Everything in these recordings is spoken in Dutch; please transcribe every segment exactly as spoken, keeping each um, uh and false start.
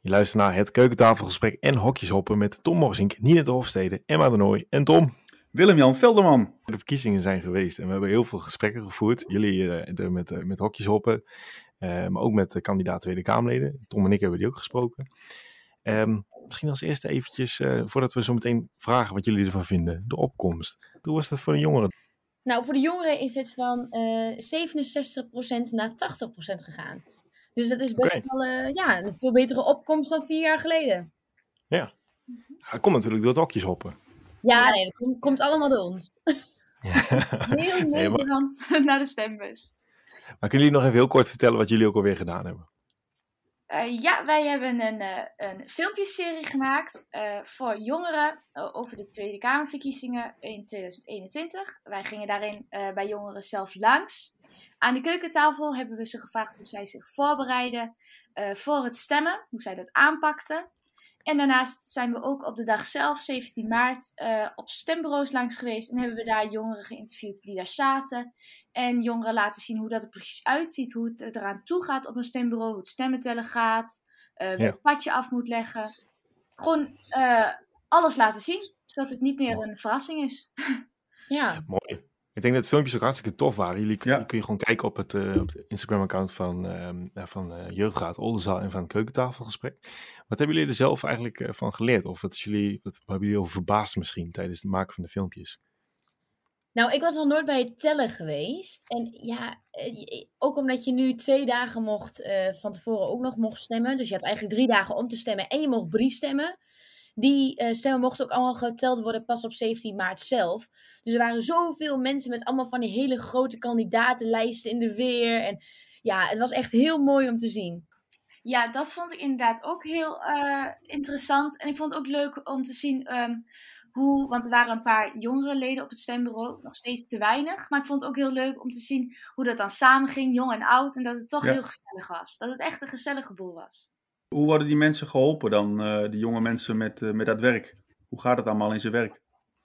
Je luistert naar het keukentafelgesprek en hokjeshoppen met Tom Morsink, Nina de Hofstede, Emma de Nooy en Tom. Willem-Jan Velderman. De verkiezingen zijn geweest en we hebben heel veel gesprekken gevoerd. Jullie uh, met, uh, met hokjeshoppen, uh, maar ook met de kandidaat Tweede Kamerleden. Tom en ik hebben die ook gesproken. Um, misschien als eerste eventjes, uh, voordat we zo meteen vragen wat jullie ervan vinden, de opkomst. Hoe was dat voor de jongeren? Nou, voor de jongeren is het van uh, zevenenzestig procent naar tachtig procent gegaan. Dus dat is best okay. wel uh, ja, een veel betere opkomst dan vier jaar geleden. Ja, dat komt natuurlijk door het hokjeshoppen. Ja, nee, dat komt, komt allemaal door ons. Ja. Heel Nederland nee, maar... naar de stembus. Maar kunnen jullie nog even heel kort vertellen wat jullie ook alweer gedaan hebben? Uh, ja, wij hebben een, uh, een filmpjeserie gemaakt uh, voor jongeren uh, over de Tweede Kamerverkiezingen in twintig eenentwintig. Wij gingen daarin uh, bij jongeren zelf langs. Aan de keukentafel hebben we ze gevraagd hoe zij zich voorbereiden uh, voor het stemmen, hoe zij dat aanpakten. En daarnaast zijn we ook op de dag zelf, zeventien maart, uh, op stembureaus langs geweest. En hebben we daar jongeren geïnterviewd die daar zaten. En jongeren laten zien hoe dat er precies uitziet. Hoe het eraan toe gaat op een stembureau. Hoe het stemmen tellen gaat. Uh, ja. Welk padje af moet leggen. Gewoon uh, alles laten zien. Zodat het niet meer een verrassing is. Ja. Mooi. Ik denk dat de filmpjes ook hartstikke tof waren. Jullie kun, ja. kun je gewoon kijken op het, uh, op het Instagram-account van, uh, van uh, Jeugdraad Oldenzaal en van het Keukentafelgesprek. Wat hebben jullie er zelf eigenlijk uh, van geleerd? Of wat, is jullie, wat hebben jullie over verbaasd misschien tijdens het maken van de filmpjes? Nou, ik was nog nooit bij het tellen geweest. En ja, ook omdat je nu twee dagen mocht, uh, van tevoren ook nog mocht stemmen. Dus je had eigenlijk drie dagen om te stemmen en je mocht briefstemmen. Die uh, stemmen mochten ook allemaal geteld worden pas op zeventien maart zelf. Dus er waren zoveel mensen met allemaal van die hele grote kandidatenlijsten in de weer. En ja, het was echt heel mooi om te zien. Ja, dat vond ik inderdaad ook heel uh, interessant. En ik vond het ook leuk om te zien um, hoe... Want er waren een paar jongere leden op het stembureau. Nog steeds te weinig. Maar ik vond het ook heel leuk om te zien hoe dat dan samen ging, jong en oud. En dat het toch ja. heel gezellig was. Dat het echt een gezellige boel was. Hoe worden die mensen geholpen dan, uh, die jonge mensen met, uh, met dat werk? Hoe gaat het allemaal in zijn werk?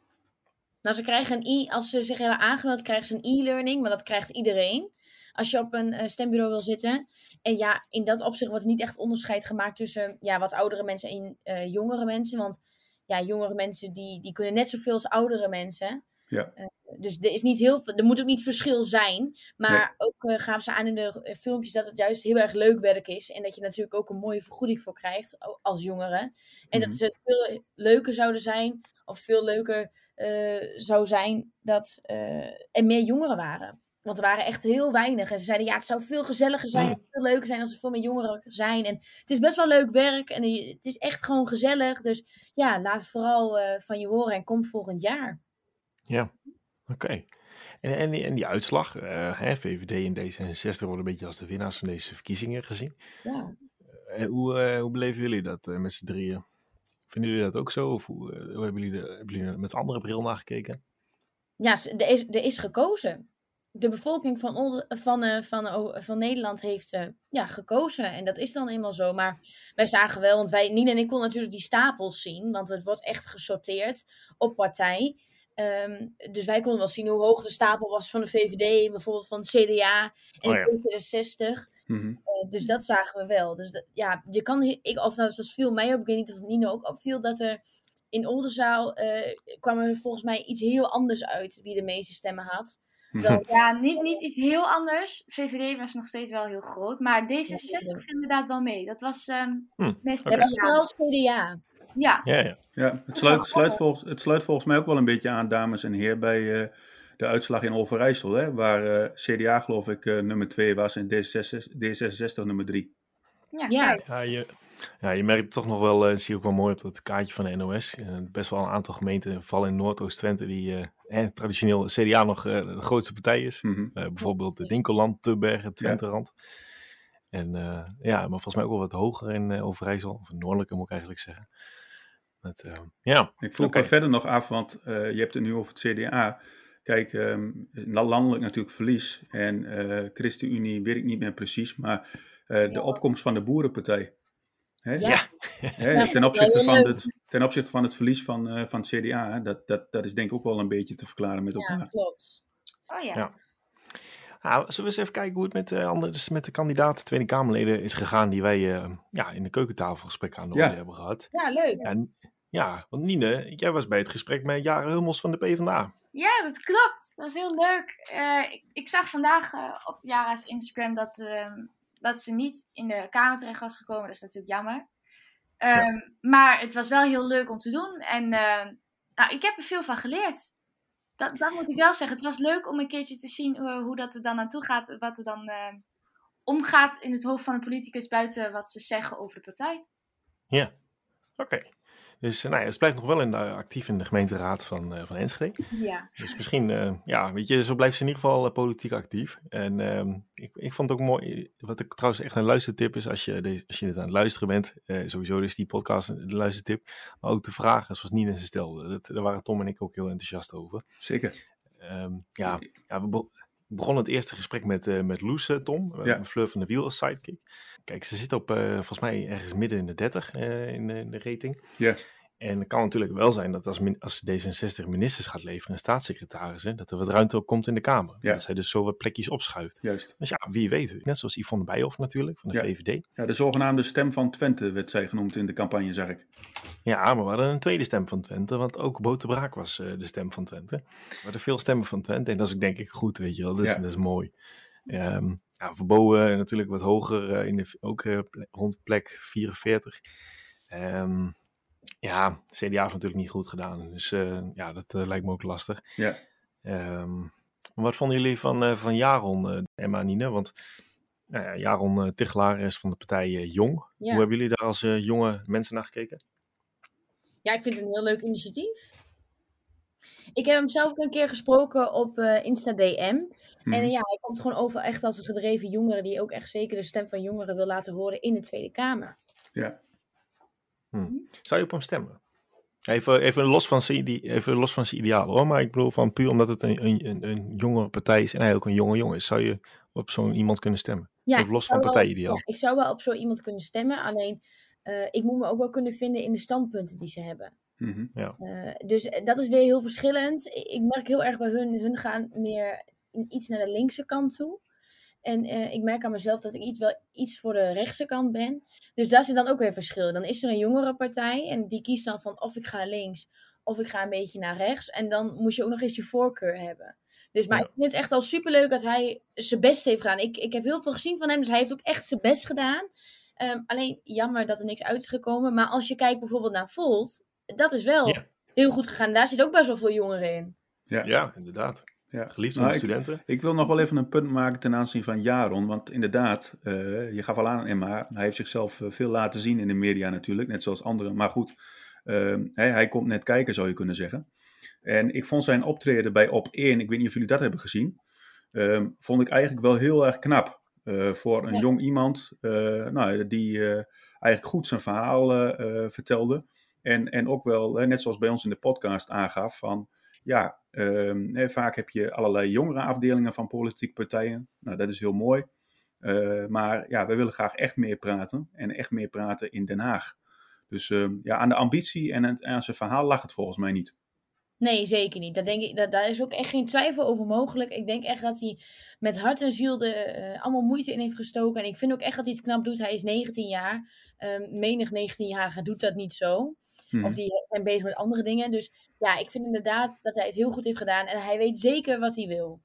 Nou, ze krijgen een e- als ze zich hebben aangemeld, krijgen ze een e-learning, maar dat krijgt iedereen. Als je op een uh, stembureau wil zitten. En ja, in dat opzicht wordt niet echt onderscheid gemaakt tussen ja, wat oudere mensen en uh, jongere mensen. Want ja, jongere mensen die, die kunnen net zoveel als oudere mensen. Ja. Uh, dus er is niet heel veel, er moet ook niet verschil zijn. Maar nee. ook uh, gaven ze aan in de uh, filmpjes dat het juist heel erg leuk werk is. En dat je natuurlijk ook een mooie vergoeding voor krijgt als jongere. En mm-hmm. dat het veel leuker zouden zijn. Of veel leuker uh, zou zijn dat uh, er meer jongeren waren. Want er waren echt heel weinig. En ze zeiden ja, het zou veel gezelliger zijn. Het zou veel leuker zijn als er veel meer jongeren zijn. En het is best wel leuk werk. En het is echt gewoon gezellig. Dus ja, laat het vooral uh, van je horen. En kom volgend jaar. Ja. Oké. Okay. En, en, die, en die uitslag, uh, hè, V V D en D zesenzestig worden een beetje als de winnaars van deze verkiezingen gezien. Ja. Uh, hoe, uh, hoe beleven jullie dat uh, met z'n drieën? Vinden jullie dat ook zo? Of hoe, uh, hoe hebben, jullie de, hebben jullie er met andere bril naar gekeken? Ja, er is, er is gekozen. De bevolking van, van, uh, van, uh, van Nederland heeft uh, ja, gekozen. En dat is dan eenmaal zo. Maar wij zagen wel, want wij, Nina en ik konden natuurlijk die stapels zien. Want het wordt echt gesorteerd op partij. Um, dus wij konden wel zien hoe hoog de stapel was van de V V D, bijvoorbeeld van het C D A en oh, ja. D zesenzestig. Mm-hmm. Uh, dus dat zagen we wel. Dus dat, ja, je kan, ik, of nou, dat viel mij op, ik weet niet of het Nino ook opviel, dat er in Oldenzaal uh, kwam er volgens mij iets heel anders uit wie de meeste stemmen had. Dan, ja, niet, niet iets heel anders. V V D was nog steeds wel heel groot, maar D zesenzestig ging inderdaad wel mee. Dat was um, hmm, best okay. Dat was vooral C D A. Ja, ja, ja. ja het, sluit, sluit volgens, het sluit volgens mij ook wel een beetje aan, dames en heren, bij uh, de uitslag in Overijssel, hè, waar uh, C D A geloof ik uh, nummer twee was en D zesenzestig nummer drie. Ja, ja. ja, je, ja je merkt toch nog wel, uh, zie je ook wel mooi op dat kaartje van de N O S. Uh, best wel een aantal gemeenten, vooral in Noordoost-Twente, die uh, eh, traditioneel C D A nog uh, de grootste partij is. Mm-hmm. Uh, bijvoorbeeld de Dinkeland, Tubbergen, Twenterand. Ja. En uh, ja, maar volgens mij ook wel wat hoger in uh, Overijssel, of in Noordelijke moet ik eigenlijk zeggen. Dat, uh, ja. Ik vroeg okay. me verder nog af, want uh, je hebt het nu over het C D A. Kijk, um, landelijk natuurlijk verlies. En uh, ChristenUnie weet ik niet meer precies, maar uh, de ja. opkomst van de Boerenpartij. Hè? Ja. Hè? Ten, opzichte van het, ten opzichte van het verlies van, uh, van het C D A, hè? Dat, dat, dat is denk ik ook wel een beetje te verklaren met elkaar. Ja, klopt. Oh ja. ja. Ah, zullen we eens even kijken hoe het met, uh, andere, dus met de kandidaten Tweede Kamerleden is gegaan die wij uh, ja, in de keukentafelgesprek aan de orde ja. hebben gehad. Ja, leuk. Ja, ja, want Nine, jij was bij het gesprek met Jaren Hummels van de PvdA. Ja, dat klopt. Dat was heel leuk. Uh, ik, ik zag vandaag uh, op Jara's Instagram dat, uh, dat ze niet in de Kamer terecht was gekomen. Dat is natuurlijk jammer. Um, ja. Maar het was wel heel leuk om te doen. En uh, nou, ik heb er veel van geleerd. Dat, dat moet ik wel zeggen. Het was leuk om een keertje te zien uh, hoe dat er dan naartoe gaat. Wat er dan uh, omgaat in het hoofd van een politicus buiten wat ze zeggen over de partij. Ja, oké. Okay. Dus nou ja, het blijft nog wel in de, actief in de gemeenteraad van, uh, van Enschede. Ja. Dus misschien, uh, ja, weet je, zo blijft ze in ieder geval uh, politiek actief. En uh, ik, ik vond het ook mooi, wat ik trouwens echt een luistertip is, als je, deze, als je dit aan het luisteren bent, uh, sowieso is die podcast een luistertip, maar ook de vragen zoals Nina ze stelde. Dat, daar waren Tom en ik ook heel enthousiast over. Zeker. Um, ja, ja, we be- begonnen het eerste gesprek met, uh, met Loes, uh, Tom, ja. Fleur van de Wiel als sidekick. Kijk, ze zit op, uh, volgens mij ergens midden in de dertig uh, in, in de rating. Ja. En het kan natuurlijk wel zijn dat als, als D zesenzestig ministers gaat leveren en staatssecretarissen, dat er wat ruimte op komt in de Kamer. Ja. Dat zij dus zo wat plekjes opschuift. Juist. Dus ja, wie weet. Net zoals Yvonne Bijhoff natuurlijk, van de ja. V V D. Ja, de zogenaamde stem van Twente werd zij genoemd in de campagne, zag ik. Ja, maar we hadden een tweede stem van Twente, want ook Bote Braak was uh, de stem van Twente. We hadden veel stemmen van Twente en dat is ook denk ik goed, weet je wel. Dat is, ja. dat is mooi. Um, ja, Verboden natuurlijk wat hoger, uh, in de, ook uh, rond plek vierenveertig. Um, Ja, C D A heeft natuurlijk niet goed gedaan. Dus uh, ja, dat uh, lijkt me ook lastig. Ja. Um, maar wat vonden jullie van, uh, van Jaron, uh, Emma en Nina? Want nou ja, Jaron uh, Tichelaar is van de partij uh, Jong. Ja. Hoe hebben jullie daar als uh, jonge mensen naar gekeken? Ja, ik vind het een heel leuk initiatief. Ik heb hem zelf een keer gesproken op uh, Insta D M. Hmm. En uh, ja, hij komt gewoon over echt als een gedreven jongere die ook echt zeker de stem van jongeren wil laten horen in de Tweede Kamer. Ja. Hmm. Zou je op hem stemmen? Even, even, los van zijn, even los van zijn ideaal hoor, maar ik bedoel van puur omdat het een, een, een jongere partij is en hij ook een jonge jongen is, zou je op zo'n iemand kunnen stemmen? Ja, los van partijideaal. Ja, ik zou wel op zo iemand kunnen stemmen, alleen uh, ik moet me ook wel kunnen vinden in de standpunten die ze hebben. Mm-hmm. Ja. Uh, dus dat is weer heel verschillend. Ik merk heel erg bij hun, hun gaan meer iets naar de linkse kant toe. En uh, ik merk aan mezelf dat ik iets, wel iets voor de rechtse kant ben. Dus daar zit dan ook weer verschil. Dan is er een jongere partij en die kiest dan van of ik ga links of ik ga een beetje naar rechts. En dan moet je ook nog eens je voorkeur hebben. Dus maar ja. Ik vind het echt al superleuk dat hij zijn best heeft gedaan. Ik, ik heb heel veel gezien van hem, dus hij heeft ook echt zijn best gedaan. Um, alleen jammer dat er niks uit is gekomen. Maar als je kijkt bijvoorbeeld naar Volt, dat is wel ja. heel goed gegaan. Daar zit ook best wel veel jongeren in. Ja, ja inderdaad. Ja. Geliefd van nou, de studenten. Ik, ik wil nog wel even een punt maken ten aanzien van Jaron. Want inderdaad, uh, je gaf al aan Emma, hij heeft zichzelf uh, veel laten zien in de media natuurlijk. Net zoals anderen. Maar goed, uh, hij, hij komt net kijken zou je kunnen zeggen. En ik vond zijn optreden bij Op één, ik weet niet of jullie dat hebben gezien. Uh, vond ik eigenlijk wel heel erg knap. Uh, voor een ja. jong iemand uh, nou, die uh, eigenlijk goed zijn verhaal uh, uh, vertelde. En, en ook wel, uh, net zoals bij ons in de podcast aangaf, van ja, uh, vaak heb je allerlei jongere afdelingen van politieke partijen. Nou, dat is heel mooi. Uh, maar ja, wij willen graag echt meer praten. En echt meer praten in Den Haag. Dus uh, ja, aan de ambitie en aan, aan zijn verhaal lag het volgens mij niet. Nee, zeker niet. Dat denk ik, dat, daar is ook echt geen twijfel over mogelijk. Ik denk echt dat hij met hart en ziel de, uh, allemaal moeite in heeft gestoken. En ik vind ook echt dat hij iets knap doet. Hij is negentien jaar. Um, menig negentienjarige doet dat niet zo. Hmm. Of die zijn bezig met andere dingen. Dus ja, ik vind inderdaad dat hij het heel goed heeft gedaan. En hij weet zeker wat hij wil.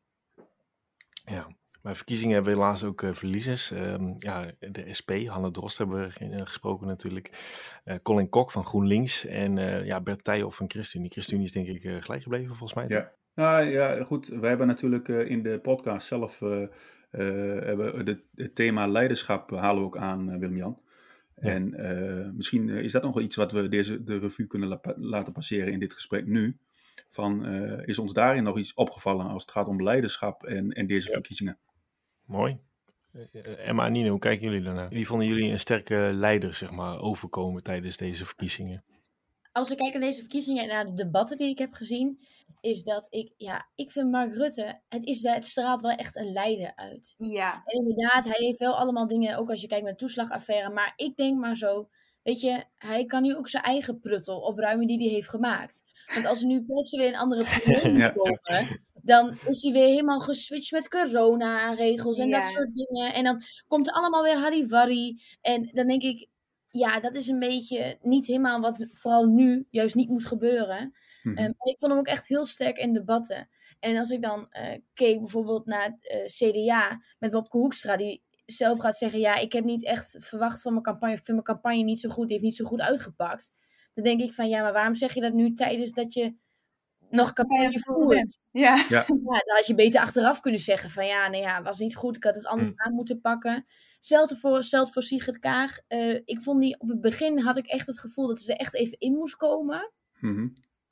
Ja, bij verkiezingen hebben we helaas ook uh, verliezers. Um, ja, de S P, Hanne Drost hebben we uh, gesproken natuurlijk. Uh, Colin Kok van GroenLinks. En uh, ja, Bert Thijhoff van ChristenUnie. ChristenUnie is denk ik uh, gelijk gebleven volgens mij. Ja. Nou ja, goed. We hebben natuurlijk uh, in de podcast zelf uh, uh, hebben de, het thema leiderschap halen we ook aan, uh, Willem-Jan. Ja. En uh, misschien is dat nog wel iets wat we deze, de revue kunnen la- laten passeren in dit gesprek nu. Van, uh, is ons daarin nog iets opgevallen als het gaat om leiderschap en, en deze ja. verkiezingen? Mooi. Uh, Emma en Nina, hoe kijken jullie daarnaar? Wie vonden jullie een sterke leider, zeg maar, overkomen tijdens deze verkiezingen? Als ik kijk naar deze verkiezingen en naar de debatten die ik heb gezien, is dat ik, ja, ik vind Mark Rutte, het, is wel, het straalt wel echt een leider uit. Ja. En inderdaad, hij heeft wel allemaal dingen, ook als je kijkt naar de toeslagaffaire, maar ik denk maar zo, weet je, hij kan nu ook zijn eigen pruttel opruimen die hij heeft gemaakt. Want als er nu plots weer een andere premier moet komen, dan is hij weer helemaal geswitcht met corona-regels en Ja. dat soort dingen. En dan komt er allemaal weer harry-warry. En dan denk ik, ja, dat is een beetje niet helemaal wat vooral nu juist niet moet gebeuren. Mhm. Um, ik vond hem ook echt heel sterk in debatten. En als ik dan uh, keek bijvoorbeeld naar het uh, C D A met Wopke Hoekstra, die zelf gaat zeggen, ja, ik heb niet echt verwacht van mijn campagne, ik vind mijn campagne niet zo goed, die heeft niet zo goed uitgepakt. Dan denk ik van, ja, maar waarom zeg je dat nu tijdens dat je nog campagne voert? Ja. Ja. Ja, dan had je beter achteraf kunnen zeggen van, ja, nee, ja, was niet goed, ik had het anders Mm. aan moeten pakken. Hetzelfde voor, hetzelfde voor Sigrid Kaag. Uh, ik vond die, op het begin had ik echt het gevoel dat ze er echt even in moest komen. Mhm.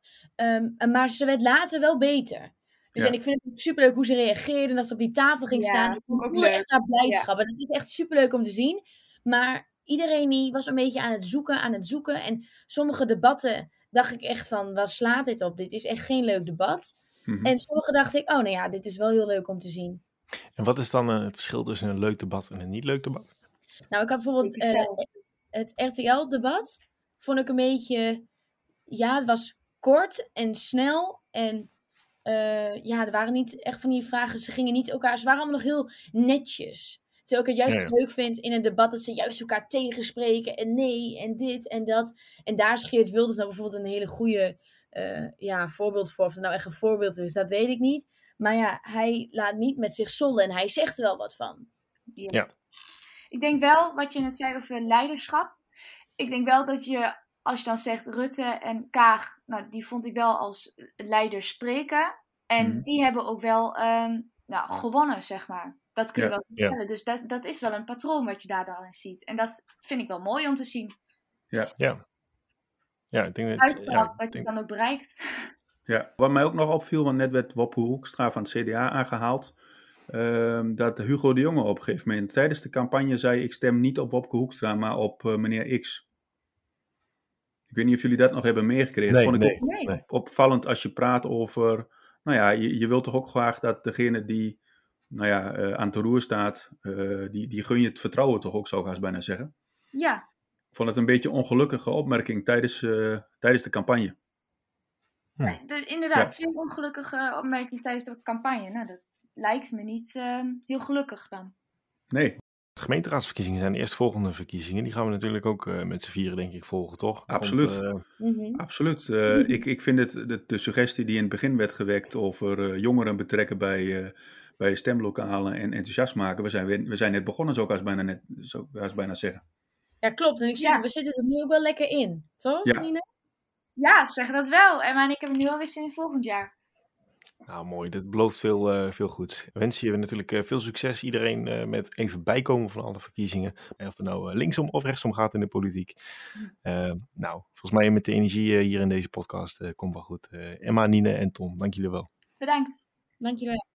Um, maar ze werd later wel beter. Dus Ja. en ik vind het superleuk hoe ze reageerde en dat ze op die tafel ging Ja, staan. Ik vond ik ook voelde leuk. echt haar blijdschap. En dat is echt superleuk om te zien. Maar iedereen die was een beetje aan het zoeken, aan het zoeken. En sommige debatten dacht ik echt van, wat slaat dit op? Dit is echt geen leuk debat. Mhm. En sommige dacht ik, oh nou ja, dit is wel heel leuk om te zien. En wat is dan uh, het verschil tussen een leuk debat en een niet leuk debat? Nou, ik had bijvoorbeeld uh, het R T L-debat. Vond ik een beetje, ja, het was kort en snel en uh, ja, er waren niet echt van die vragen, ze gingen niet elkaar, ze waren allemaal nog heel netjes. Terwijl ik het juist ja, ja. leuk vind in een debat dat ze juist elkaar tegenspreken en nee en dit en dat. En daar is Geert Wilders nou bijvoorbeeld een hele goede uh, ja, voorbeeld voor. Of het nou echt een voorbeeld is, dat weet ik niet. Maar ja, hij laat niet met zich zollen en hij zegt er wel wat van. Ja. Ja. Ik denk wel, wat je net zei over leiderschap. Ik denk wel dat je, als je dan zegt Rutte en Kaag, nou die vond ik wel als leiders spreken. En Mhm. die hebben ook wel um, nou, gewonnen, zeg maar. Dat kun je Ja. wel vertellen. Ja. Dus dat, dat is wel een patroon wat je daar dan in ziet. En dat vind ik wel mooi om te zien. Ja. Ja. Ja, ik denk dat, Uitstraalt ja, dat je denk... het dan ook bereikt. Ja, wat mij ook nog opviel, want net werd Wopke Hoekstra van het C D A aangehaald. Um, dat Hugo de Jonge op een gegeven moment tijdens de campagne zei, ik stem niet op Wopke Hoekstra, maar op uh, meneer X. Ik weet niet of jullie dat nog hebben meegekregen. Nee, Vond ik nee, op, nee. opvallend als je praat over, nou ja, je, je wilt toch ook graag dat degene die, nou ja, uh, aan het roer staat, uh, die, die gun je het vertrouwen toch ook, zou ik haast bijna zeggen. Ja. Ik vond het een beetje een ongelukkige opmerking tijdens, uh, tijdens de campagne. Hm. Nee, de, inderdaad, ja. Twee ongelukkige opmerkingen tijdens de campagne. Nou, dat lijkt me niet uh, heel gelukkig dan. Nee. De gemeenteraadsverkiezingen zijn de eerstvolgende verkiezingen. Die gaan we natuurlijk ook uh, met z'n vieren, denk ik, volgen, toch? Absoluut. Want, uh... mm-hmm. Absoluut. Uh, mm-hmm. ik, ik vind het, de, de suggestie die in het begin werd gewekt over uh, jongeren betrekken bij, uh, bij de stemlokalen en enthousiast maken. We zijn, weer, we zijn net begonnen, zo kan ik bijna, net, zo kan ik bijna zeggen. Ja, klopt. En ik zie ja. we zitten er nu ook wel lekker in. Toch, ja. Nina? Ja, zeg dat wel. En maar ik heb het nu alweer zin in volgend jaar. Nou, mooi. Dat belooft veel, uh, veel goeds. We wensen je natuurlijk uh, veel succes. Iedereen uh, met even bijkomen van alle verkiezingen. En of het nou uh, linksom of rechtsom gaat in de politiek. Uh, nou, volgens mij met de energie uh, hier in deze podcast uh, komt wel goed. Uh, Emma, Nine en Tom, dank jullie wel. Bedankt. Dank jullie wel.